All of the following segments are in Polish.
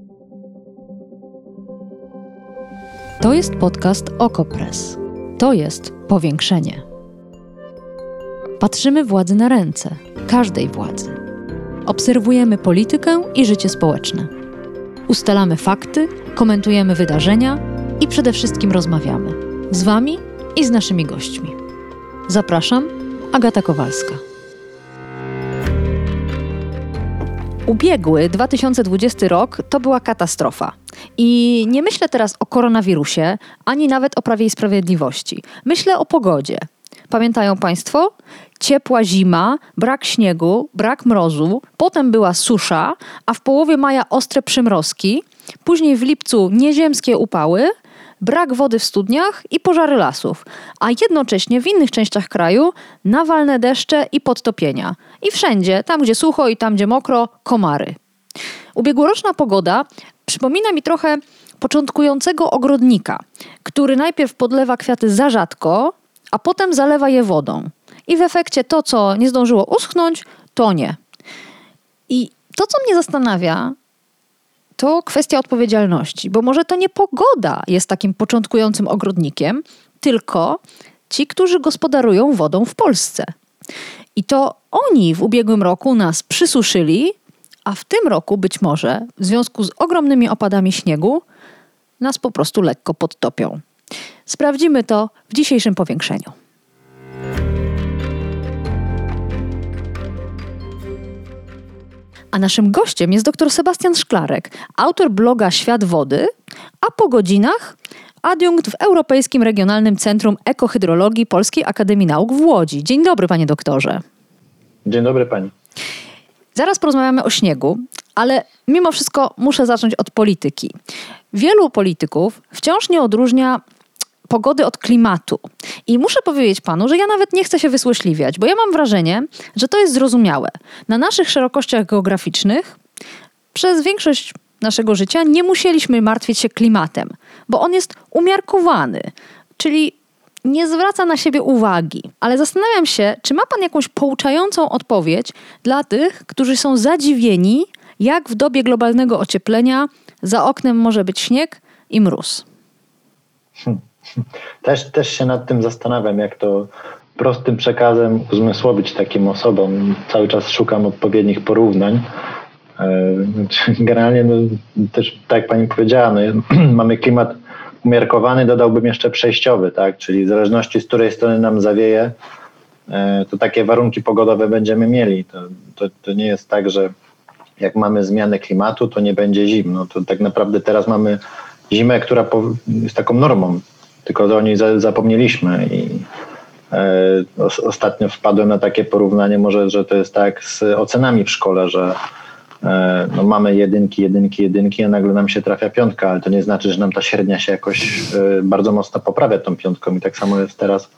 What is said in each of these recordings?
To jest podcast Okopres. To jest powiększenie. Patrzymy władzy na ręce, każdej władzy. Obserwujemy politykę i życie społeczne. Ustalamy fakty, komentujemy wydarzenia i przede wszystkim rozmawiamy. Z Wami i z naszymi gośćmi. Zapraszam, Agata Kowalska. Ubiegły 2020 rok to była katastrofa. I nie myślę teraz o koronawirusie, ani nawet o Prawie i Sprawiedliwości. Myślę o pogodzie. Pamiętają Państwo? Ciepła zima, brak śniegu, brak mrozu, potem była susza, a w połowie maja ostre przymrozki, później w lipcu nieziemskie upały, brak wody w studniach i pożary lasów, a jednocześnie w innych częściach kraju nawalne deszcze i podtopienia. I wszędzie, tam gdzie sucho i tam gdzie mokro, komary. Ubiegłoroczna pogoda przypomina mi trochę początkującego ogrodnika, który najpierw podlewa kwiaty za rzadko, a potem zalewa je wodą. I w efekcie to, co nie zdążyło uschnąć, tonie. I to, co mnie zastanawia, to kwestia odpowiedzialności, bo może to nie pogoda jest takim początkującym ogrodnikiem, tylko ci, którzy gospodarują wodą w Polsce. I to oni w ubiegłym roku nas przysuszyli, a w tym roku być może w związku z ogromnymi opadami śniegu nas po prostu lekko podtopią. Sprawdzimy to w dzisiejszym powiększeniu. A naszym gościem jest dr Sebastian Szklarek, autor bloga Świat Wody, a po godzinach adiunkt w Europejskim Regionalnym Centrum Ekohydrologii Polskiej Akademii Nauk w Łodzi. Dzień dobry, panie doktorze. Dzień dobry pani. Zaraz porozmawiamy o śniegu, ale mimo wszystko muszę zacząć od polityki. Wielu polityków wciąż nie odróżnia pogody od klimatu. I muszę powiedzieć panu, że ja nawet nie chcę się wysłośliwiać, bo ja mam wrażenie, że to jest zrozumiałe. Na naszych szerokościach geograficznych przez większość naszego życia nie musieliśmy martwić się klimatem, bo on jest umiarkowany, czyli nie zwraca na siebie uwagi. Ale zastanawiam się, czy ma pan jakąś pouczającą odpowiedź dla tych, którzy są zadziwieni, jak w dobie globalnego ocieplenia za oknem może być śnieg i mróz. Też się nad tym zastanawiam, jak to prostym przekazem uzmysłowić takim osobom. Cały czas szukam odpowiednich porównań. Generalnie też tak jak pani powiedziała, mamy klimat umiarkowany, dodałbym jeszcze przejściowy, tak? Czyli w zależności z której strony nam zawieje, to takie warunki pogodowe będziemy mieli. To nie jest tak, że jak mamy zmianę klimatu, to nie będzie zimno. To tak naprawdę teraz mamy zimę, która jest taką normą, tylko o niej zapomnieliśmy i ostatnio wpadłem na takie porównanie, może, że to jest tak z ocenami w szkole, że mamy jedynki, a nagle nam się trafia piątka, ale to nie znaczy, że nam ta średnia się jakoś bardzo mocno poprawia tą piątką i tak samo jest teraz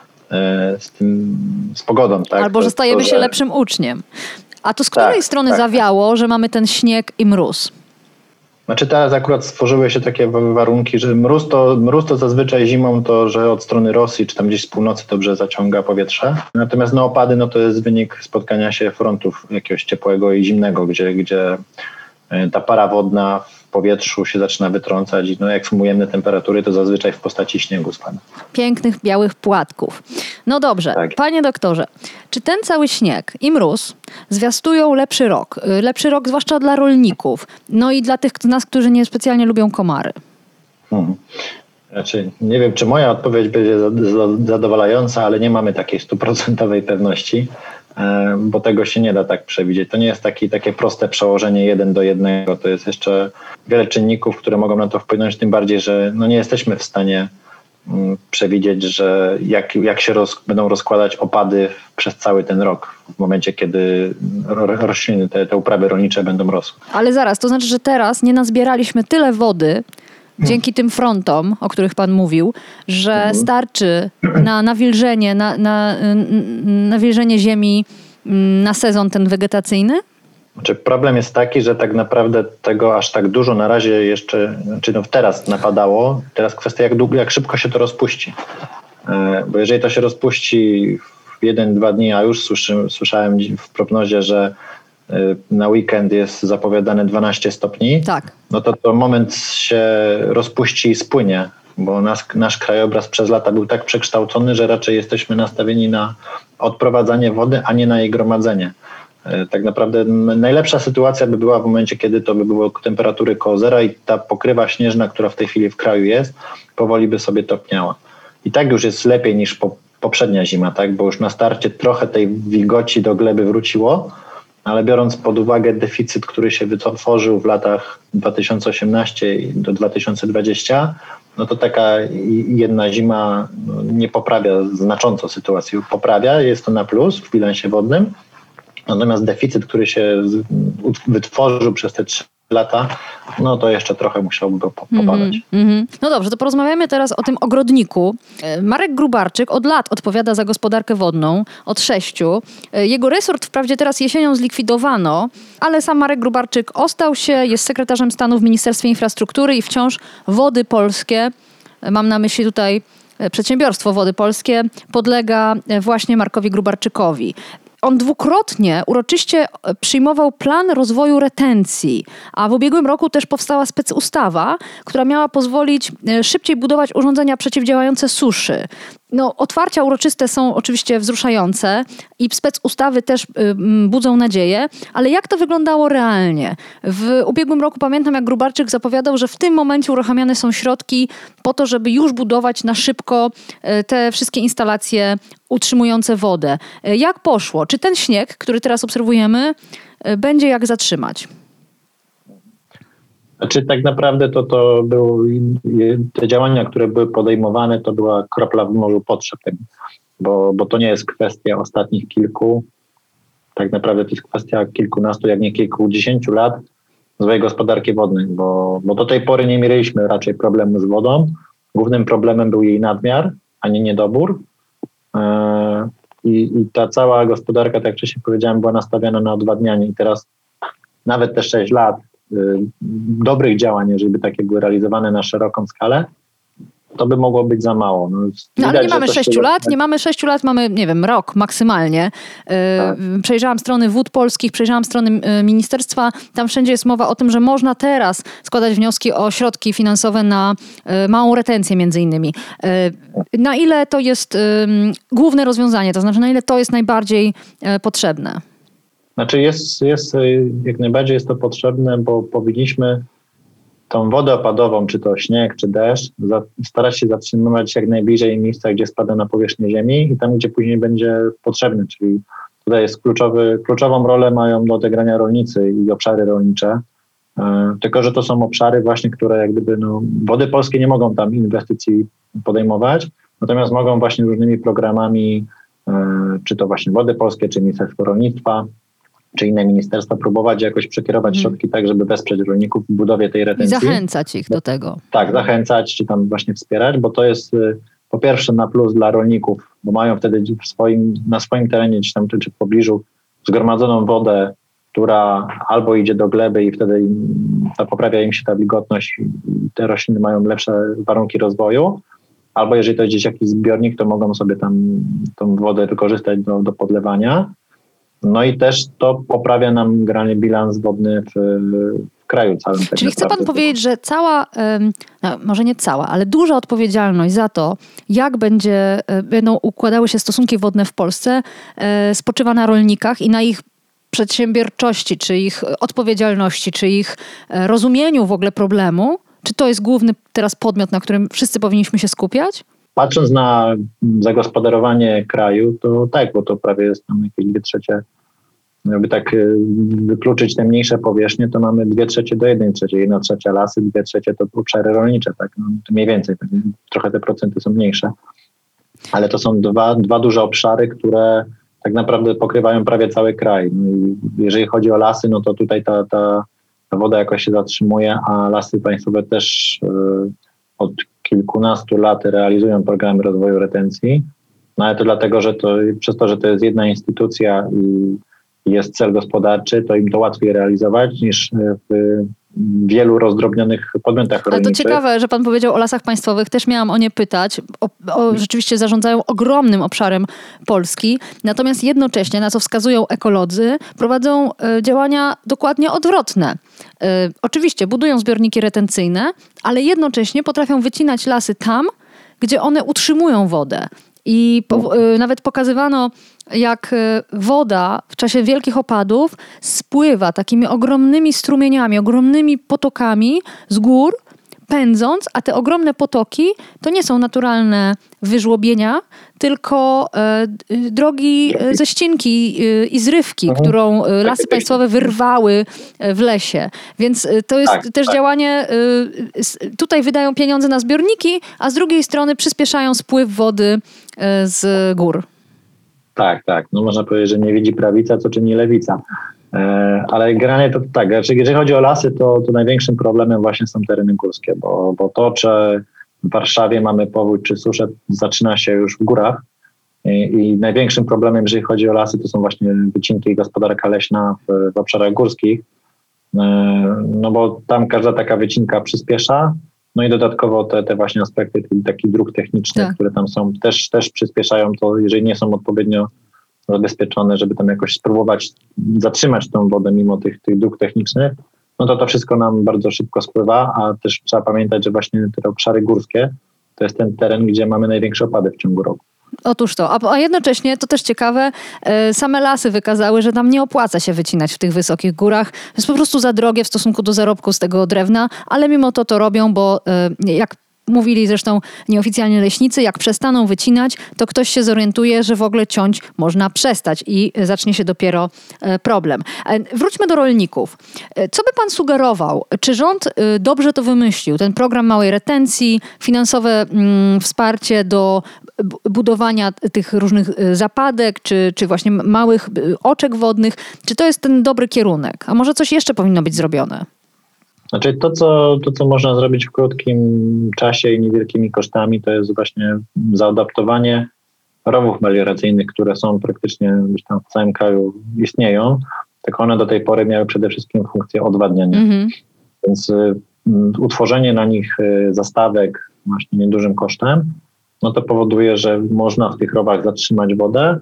z pogodą. Tak? Albo że stajemy się lepszym uczniem. A to z której strony zawiało, że mamy ten śnieg i mróz? Znaczy teraz akurat stworzyły się takie warunki, że mróz to zazwyczaj zimą to, że od strony Rosji czy tam gdzieś z północy dobrze zaciąga powietrze. Natomiast opady to jest wynik spotkania się frontów jakiegoś ciepłego i zimnego, gdzie ta para wodna w powietrzu się zaczyna wytrącać i jak sumujemy temperatury, to zazwyczaj w postaci śniegu spada. Pięknych, białych płatków. No dobrze, tak. Panie doktorze, czy ten cały śnieg i mróz zwiastują lepszy rok? Lepszy rok zwłaszcza dla rolników, no i dla tych z nas, którzy niespecjalnie lubią komary. Znaczy, nie wiem, czy moja odpowiedź będzie zadowalająca, ale nie mamy takiej 100% pewności, bo tego się nie da tak przewidzieć. To nie jest takie proste przełożenie 1:1. To jest jeszcze wiele czynników, które mogą na to wpłynąć, tym bardziej, że nie jesteśmy w stanie przewidzieć, że jak się będą rozkładać opady przez cały ten rok, w momencie, kiedy rośliny, te uprawy rolnicze będą rosły. Ale zaraz, to znaczy, że teraz nie nazbieraliśmy tyle wody dzięki tym frontom, o których pan mówił, że starczy na nawilżenie ziemi na sezon ten wegetacyjny? Znaczy problem jest taki, że tak naprawdę tego aż tak dużo na razie jeszcze, teraz napadało. Teraz kwestia, jak szybko się to rozpuści. Bo jeżeli to się rozpuści w 1-2 dni, a już słyszałem w prognozie, że na weekend jest zapowiadane 12 stopni, Tak. no to moment się rozpuści i spłynie, bo nasz krajobraz przez lata był tak przekształcony, że raczej jesteśmy nastawieni na odprowadzanie wody, a nie na jej gromadzenie. Tak naprawdę najlepsza sytuacja by była w momencie, kiedy to by było temperatury koło zera i ta pokrywa śnieżna, która w tej chwili w kraju jest, powoli by sobie topniała. I tak już jest lepiej niż poprzednia zima, tak? Bo już na starcie trochę tej wilgoci do gleby wróciło, ale biorąc pod uwagę deficyt, który się wytworzył w latach 2018 do 2020, no to taka jedna zima nie poprawia znacząco sytuacji. Poprawia, jest to na plus w bilansie wodnym, natomiast deficyt, który się wytworzył przez te 3 lata, no to jeszcze trochę musiałby popadać. No dobrze, to porozmawiamy teraz o tym ogrodniku. Marek Grubarczyk od lat odpowiada za gospodarkę wodną, od 6. Jego resort wprawdzie teraz jesienią zlikwidowano, ale sam Marek Grubarczyk ostał się, jest sekretarzem stanu w Ministerstwie Infrastruktury i wciąż Wody Polskie, mam na myśli tutaj przedsiębiorstwo Wody Polskie, podlega właśnie Markowi Grubarczykowi. On dwukrotnie uroczyście przyjmował plan rozwoju retencji, a w ubiegłym roku też powstała specustawa, która miała pozwolić szybciej budować urządzenia przeciwdziałające suszy. No, otwarcia uroczyste są oczywiście wzruszające i specustawy też budzą nadzieję, ale jak to wyglądało realnie? W ubiegłym roku pamiętam, jak Grubarczyk zapowiadał, że w tym momencie uruchamiane są środki po to, żeby już budować na szybko te wszystkie instalacje utrzymujące wodę. Jak poszło? Czy ten śnieg, który teraz obserwujemy, będzie jak zatrzymać? Znaczy tak naprawdę to były te działania, które były podejmowane, to była kropla w morzu potrzeb, bo to nie jest kwestia ostatnich kilku, tak naprawdę to jest kwestia kilkunastu, jak nie kilkudziesięciu lat rozwoju gospodarki wodnej, bo do tej pory nie mieliśmy raczej problemu z wodą. Głównym problemem był jej nadmiar, a nie niedobór. I ta cała gospodarka, tak jak wcześniej powiedziałem, była nastawiona na odwadnianie i teraz nawet te 6 lat dobrych działań, jeżeli by takie były realizowane na szeroką skalę, to by mogło być za mało. No ale nie mamy 6 lat, nie mamy 6 lat, mamy, nie wiem, rok maksymalnie. Tak. Przejrzałam strony Wód Polskich, przejrzałam strony ministerstwa, tam wszędzie jest mowa o tym, że można teraz składać wnioski o środki finansowe na małą retencję między innymi. Na ile to jest główne rozwiązanie, to znaczy na ile to jest najbardziej potrzebne? Znaczy jest jak najbardziej jest to potrzebne, bo powinniśmy tą wodę opadową, czy to śnieg, czy deszcz, starać się zatrzymywać jak najbliżej miejsca, gdzie spada na powierzchnię ziemi i tam, gdzie później będzie potrzebny, czyli tutaj jest kluczową rolę mają do odegrania rolnicy i obszary rolnicze, tylko że to są obszary właśnie, które jak gdyby Wody Polskie nie mogą tam inwestycji podejmować, natomiast mogą właśnie różnymi programami, czy to właśnie Wody Polskie, czy Ministerstwo Rolnictwa, czy inne ministerstwa próbować jakoś przekierować środki tak, żeby wesprzeć rolników w budowie tej retencji. I zachęcać ich do tego. Tak, zachęcać, czy tam właśnie wspierać, bo to jest po pierwsze na plus dla rolników, bo mają wtedy na swoim terenie, czy w pobliżu zgromadzoną wodę, która albo idzie do gleby i wtedy poprawia im się ta wilgotność i te rośliny mają lepsze warunki rozwoju, albo jeżeli to jest gdzieś jakiś zbiornik, to mogą sobie tam tą wodę wykorzystać do podlewania. No i też to poprawia nam generalnie bilans wodny w kraju całym. Tak Czyli chce pan powiedzieć, że cała, może nie cała, ale duża odpowiedzialność za to, jak będą układały się stosunki wodne w Polsce, spoczywa na rolnikach i na ich przedsiębiorczości, czy ich odpowiedzialności, czy ich rozumieniu w ogóle problemu? Czy to jest główny teraz podmiot, na którym wszyscy powinniśmy się skupiać? Patrząc na zagospodarowanie kraju, to tak, bo to prawie jest tam jakieś 2/3, jakby tak wykluczyć te mniejsze powierzchnie, to mamy 2/3 do 1/3. 1/3 lasy, 2/3 to obszary rolnicze, tak, to mniej więcej, tak, trochę te procenty są mniejsze. Ale to są dwa duże obszary, które tak naprawdę pokrywają prawie cały kraj. No i jeżeli chodzi o lasy, no to tutaj ta woda jakoś się zatrzymuje, a lasy państwowe też od kilkunastu lat realizują programy rozwoju retencji, no ale to dlatego, że przez to, że to jest jedna instytucja jest cel gospodarczy, to im to łatwiej realizować niż w wielu rozdrobnionych podmiotach rolniczych. Ale to ciekawe, że pan powiedział o lasach państwowych. Też miałam o nie pytać. Rzeczywiście zarządzają ogromnym obszarem Polski. Natomiast jednocześnie, na co wskazują ekolodzy, prowadzą działania dokładnie odwrotne. Oczywiście budują zbiorniki retencyjne, ale jednocześnie potrafią wycinać lasy tam, gdzie one utrzymują wodę. I nawet pokazywano, jak woda w czasie wielkich opadów spływa takimi ogromnymi strumieniami, ogromnymi potokami z gór, pędząc, a te ogromne potoki to nie są naturalne wyżłobienia, tylko drogi ze ścinki i zrywki, którą lasy państwowe wyrwały w lesie. Więc to jest też działanie, tutaj wydają pieniądze na zbiorniki, a z drugiej strony przyspieszają spływ wody z gór. Tak. No można powiedzieć, że nie widzi prawica, co czyni lewica. Ale generalnie to tak, jeżeli chodzi o lasy, to największym problemem właśnie są tereny górskie, bo to, czy w Warszawie mamy powódź czy suszę, zaczyna się już w górach i największym problemem, jeżeli chodzi o lasy, to są właśnie wycinki i gospodarka leśna w obszarach górskich, no bo tam każda taka wycinka przyspiesza, no i dodatkowo te właśnie aspekty takich dróg technicznych, które tam są, też przyspieszają to, jeżeli nie są odpowiednio zabezpieczone, żeby tam jakoś spróbować zatrzymać tą wodę mimo tych dróg technicznych, no to wszystko nam bardzo szybko spływa, a też trzeba pamiętać, że właśnie te obszary górskie to jest ten teren, gdzie mamy największe opady w ciągu roku. Otóż to, a jednocześnie, to też ciekawe, same lasy wykazały, że tam nie opłaca się wycinać w tych wysokich górach. To jest po prostu za drogie w stosunku do zarobku z tego drewna, ale mimo to robią, bo jak mówili zresztą nieoficjalnie leśnicy, jak przestaną wycinać, to ktoś się zorientuje, że w ogóle ciąć można przestać i zacznie się dopiero problem. Wróćmy do rolników. Co by pan sugerował? Czy rząd dobrze to wymyślił? Ten program małej retencji, finansowe wsparcie do budowania tych różnych zapadek, czy właśnie małych oczek wodnych. Czy to jest ten dobry kierunek? A może coś jeszcze powinno być zrobione? Znaczy to, co można zrobić w krótkim czasie i niewielkimi kosztami, to jest właśnie zaadaptowanie rowów melioracyjnych, które są praktycznie gdzieś tam w całym kraju istnieją. Tak one do tej pory miały przede wszystkim funkcję odwadniania. Więc utworzenie na nich zastawek właśnie niedużym kosztem, no to powoduje, że można w tych rowach zatrzymać wodę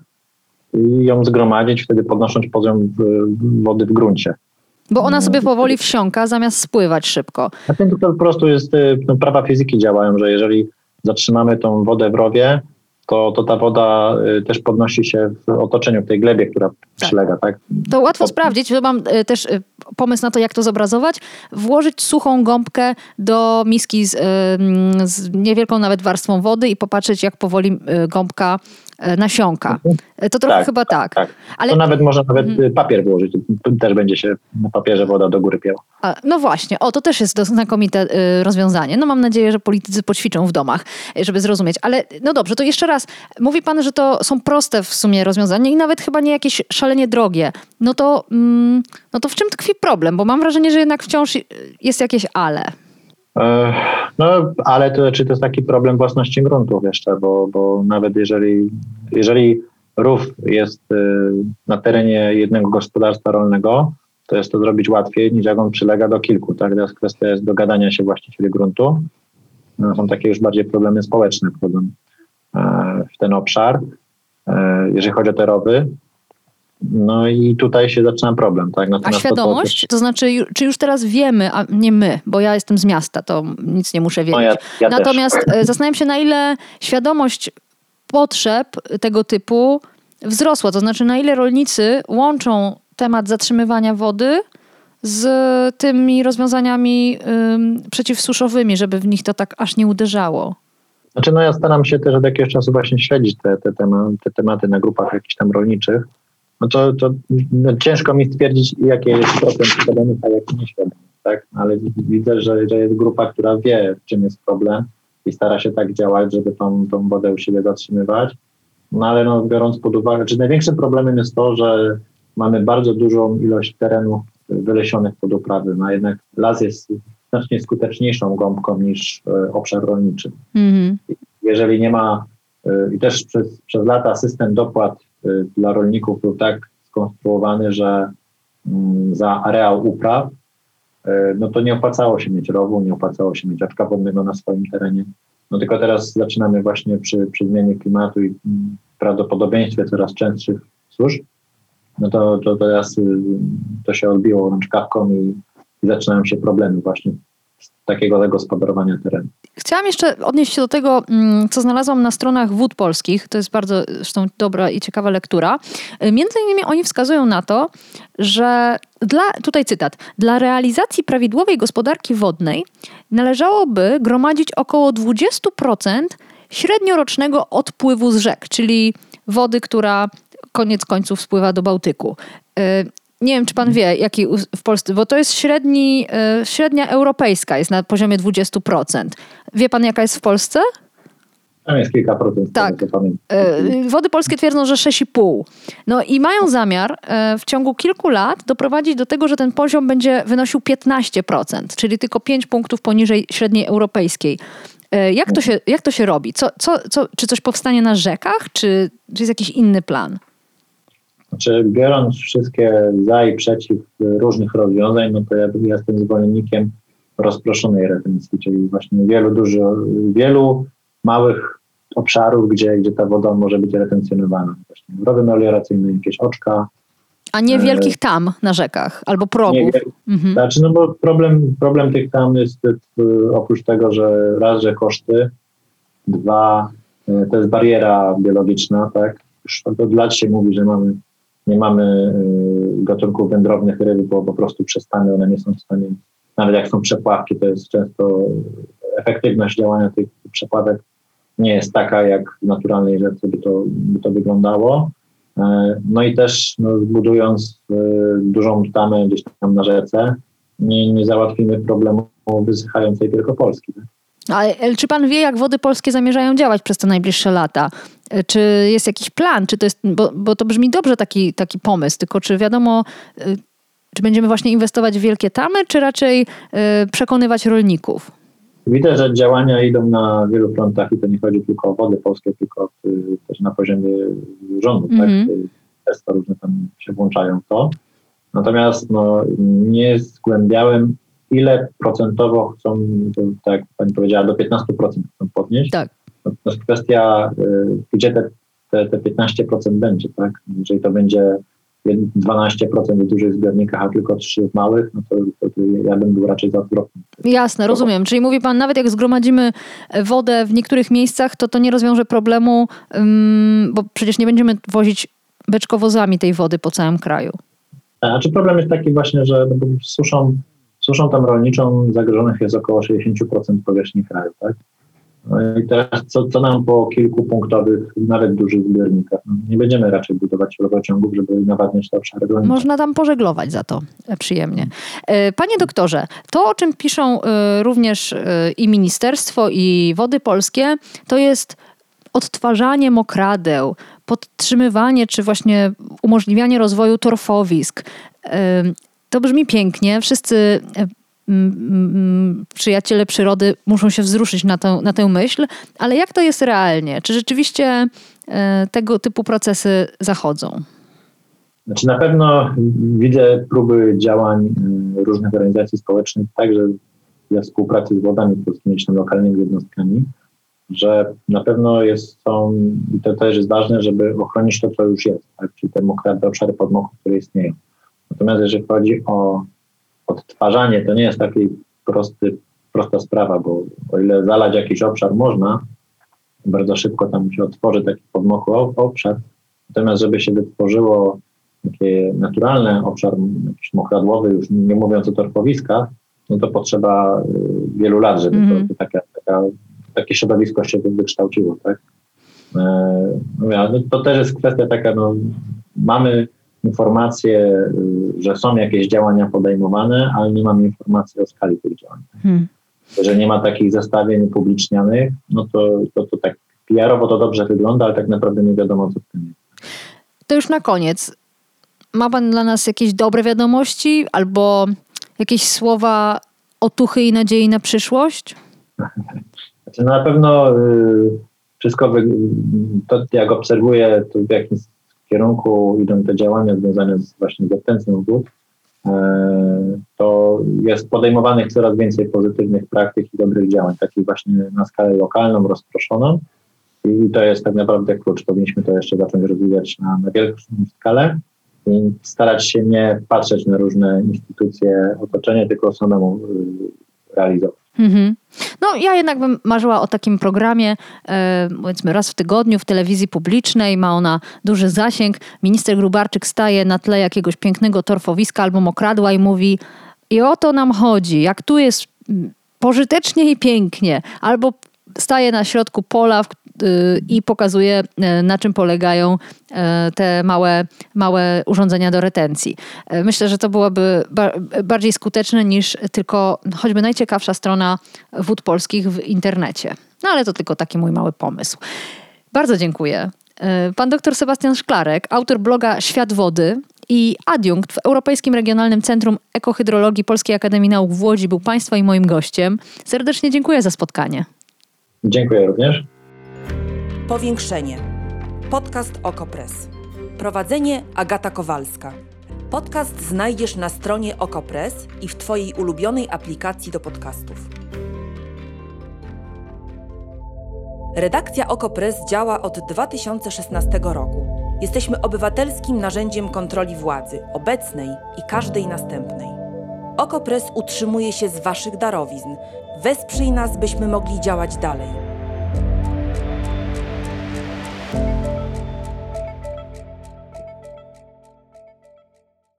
i ją zgromadzić, wtedy podnosząc poziom wody w gruncie. Bo ona sobie powoli wsiąka, zamiast spływać szybko. A to po prostu jest, prawa fizyki działają, że jeżeli zatrzymamy tą wodę w rowie, to ta woda też podnosi się w otoczeniu, w tej glebie, która przylega. Tak? To łatwo sprawdzić. Mam też pomysł na to, jak to zobrazować. Włożyć suchą gąbkę do miski z niewielką nawet warstwą wody i popatrzeć, jak powoli gąbka nasiąka. To trochę chyba tak. Ale to nawet można papier włożyć. Też będzie się na papierze woda do góry pięła. No właśnie. To też jest znakomite rozwiązanie. No mam nadzieję, że politycy poćwiczą w domach, żeby zrozumieć. Ale no dobrze, to jeszcze raz. Mówi pan, że to są proste w sumie rozwiązania i nawet chyba nie jakieś szalenie drogie. No to w czym tkwi problem? Bo mam wrażenie, że jednak wciąż jest jakieś ale. No, ale to jest taki problem własności gruntów jeszcze, bo nawet jeżeli rów jest na terenie jednego gospodarstwa rolnego, to jest to zrobić łatwiej, niż jak on przylega do kilku. Tak? Teraz kwestia jest dogadania się właścicieli gruntu. Są takie już bardziej problemy społeczne w ten obszar, jeżeli chodzi o te rowy. No i tutaj się zaczyna problem. Tak? A świadomość? To znaczy, czy już teraz wiemy, a nie my, bo ja jestem z miasta, to nic nie muszę wiedzieć. No ja Natomiast też. Zastanawiam się, na ile świadomość potrzeb tego typu wzrosła. To znaczy, na ile rolnicy łączą temat zatrzymywania wody z tymi rozwiązaniami przeciwsuszowymi, żeby w nich to tak aż nie uderzało. Znaczy, ja staram się też od jakiegoś czasu właśnie śledzić te tematy na grupach jakichś tam rolniczych. To ciężko mi stwierdzić, jaki jest procent świadomych, a jaki nieświadomych, tak? Ale widzę, że jest grupa, która wie, czym jest problem i stara się tak działać, żeby tą wodę u siebie zatrzymywać. No ale biorąc pod uwagę, że największym problemem jest to, że mamy bardzo dużą ilość terenów wylesionych pod uprawy. No jednak las jest znacznie skuteczniejszą gąbką niż obszar rolniczy. Jeżeli nie ma, i też przez lata system dopłat dla rolników był tak skonstruowany, że za areał upraw no to nie opłacało się mieć rowu, nie opłacało się mieć oczka wodnego na swoim terenie. No tylko teraz zaczynamy właśnie przy zmianie klimatu i prawdopodobieństwie coraz częstszych susz, no to teraz to się odbiło rączkawką i zaczynają się problemy właśnie z takiego zagospodarowania terenu. Chciałam jeszcze odnieść się do tego, co znalazłam na stronach Wód Polskich. To jest bardzo zresztą dobra i ciekawa lektura. Między innymi oni wskazują na to, że tutaj cytat, dla realizacji prawidłowej gospodarki wodnej należałoby gromadzić około 20% średniorocznego odpływu z rzek, czyli wody, która koniec końców spływa do Bałtyku. Nie wiem, czy pan wie, jaki w Polsce, bo to jest średnia europejska, jest na poziomie 20%. Wie pan, jaka jest w Polsce? Tam jest kilka procent. Tak. Wody Polskie twierdzą, że 6,5. No i mają zamiar w ciągu kilku lat doprowadzić do tego, że ten poziom będzie wynosił 15%, czyli tylko 5 punktów poniżej średniej europejskiej. Jak to się robi? Czy coś powstanie na rzekach, czy jest jakiś inny plan? Znaczy, biorąc wszystkie za i przeciw różnych rozwiązań, no to ja jestem zwolennikiem rozproszonej retencji, czyli właśnie wielu małych obszarów, gdzie ta woda może być retencjonowana. Właśnie rowy melioracyjne, jakieś oczka. A nie wielkich tam na rzekach albo progów. Znaczy, no bo problem tych tam jest oprócz tego, że raz, że koszty, dwa, to jest bariera biologiczna, tak? Już od lat się mówi, że nie mamy gatunków wędrownych ryb, bo po prostu przestany, one nie są w stanie, nawet jak są przepławki, to jest często efektywność działania tych przepławek nie jest taka, jak w naturalnej rzece by to wyglądało. No i też budując dużą tamę gdzieś tam na rzece, nie załatwimy problemu wysychającej Wielkopolski. Tak? Ale czy pan wie, jak Wody Polskie zamierzają działać przez te najbliższe lata? Czy jest jakiś plan? Czy to jest, bo to brzmi dobrze taki pomysł, tylko czy wiadomo, czy będziemy właśnie inwestować w wielkie tamy, czy raczej przekonywać rolników? Widać, że działania idą na wielu frontach i to nie chodzi tylko o Wody Polskie, tylko też na poziomie rządu. Tak? Te różne tam się włączają w to. Natomiast nie zgłębiałem, ile procentowo chcą, tak jak pani powiedziała, do 15% chcą podnieść. Tak. To jest kwestia, gdzie te 15% będzie. Tak? Jeżeli to będzie 12% w dużych zbiornikach, a tylko 3 w małych, no to ja bym był raczej za odwrotny. Jasne, rozumiem. Czyli mówi pan, nawet jak zgromadzimy wodę w niektórych miejscach, to nie rozwiąże problemu, bo przecież nie będziemy wozić beczkowozami tej wody po całym kraju. Znaczy problem jest taki właśnie, że suszą tam rolniczą zagrożonych jest około 60% powierzchni kraju, tak? No i teraz co nam po kilkupunktowych, nawet dużych zbiornikach? No, nie będziemy raczej budować rurociągów, żeby nawadniać te obszary rolnicze. Można tam pożeglować za to przyjemnie. Panie doktorze, to o czym piszą również i ministerstwo, i Wody Polskie, to jest odtwarzanie mokradeł, podtrzymywanie czy właśnie umożliwianie rozwoju torfowisk. To brzmi pięknie. Wszyscy przyjaciele przyrody muszą się wzruszyć na tę myśl, ale jak to jest realnie? Czy rzeczywiście tego typu procesy zachodzą? Znaczy na pewno widzę próby działań różnych organizacji społecznych, także we współpracy z Wodami Polskimi czy lokalnymi jednostkami, że na pewno są, i to też jest ważne, żeby ochronić to, co już jest, tak? Czyli te obszary podmokłe, które istnieją. Natomiast jeżeli chodzi o odtwarzanie, to nie jest taka prosta sprawa, bo o ile zalać jakiś obszar można, bardzo szybko tam się otworzy taki podmokły obszar, natomiast żeby się wytworzyło taki naturalny obszar, jakiś mokradłowy, już nie mówiąc o torfowiskach, no to potrzeba wielu lat, żeby takie środowisko się wykształciło. Tak? To też jest kwestia taka, mamy informacje, że są jakieś działania podejmowane, ale nie mamy informacji o skali tych działań. Jeżeli nie ma takich zestawień upublicznianych, no to tak PR-owo to dobrze wygląda, ale tak naprawdę nie wiadomo, co w tym jest. To już na koniec. Ma pan dla nas jakieś dobre wiadomości albo jakieś słowa otuchy i nadziei na przyszłość? Znaczy, na pewno wszystko, to jak obserwuję, to w kierunku idą te działania związane właśnie z obtęcą wód, to jest podejmowanych coraz więcej pozytywnych praktyk i dobrych działań, takich właśnie na skalę lokalną, rozproszoną. I to jest tak naprawdę klucz. Powinniśmy to jeszcze zacząć rozwijać na większą skalę i starać się nie patrzeć na różne instytucje, otoczenie, tylko samemu realizować. Mhm. No ja jednak bym marzyła o takim programie, powiedzmy raz w tygodniu w telewizji publicznej, ma ona duży zasięg. Minister Gróbarczyk staje na tle jakiegoś pięknego torfowiska albo mokradła i mówi: i o to nam chodzi, jak tu jest pożytecznie i pięknie, albo staje na środku pola i pokazuje, na czym polegają te małe urządzenia do retencji. Myślę, że to byłoby bardziej skuteczne niż tylko choćby najciekawsza strona Wód Polskich w internecie. No ale to tylko taki mój mały pomysł. Bardzo dziękuję. Pan dr Sebastian Szklarek, autor bloga Świat Wody i adiunkt w Europejskim Regionalnym Centrum Ekohydrologii Polskiej Akademii Nauk w Łodzi, był Państwa i moim gościem. Serdecznie dziękuję za spotkanie. Dziękuję również. Powiększenie. Podcast Okopres. Prowadzenie Agata Kowalska. Podcast znajdziesz na stronie Okopres i w Twojej ulubionej aplikacji do podcastów. Redakcja Okopres działa od 2016 roku. Jesteśmy obywatelskim narzędziem kontroli władzy, obecnej i każdej następnej. Okopres utrzymuje się z Waszych darowizn. Wesprzyj nas, byśmy mogli działać dalej.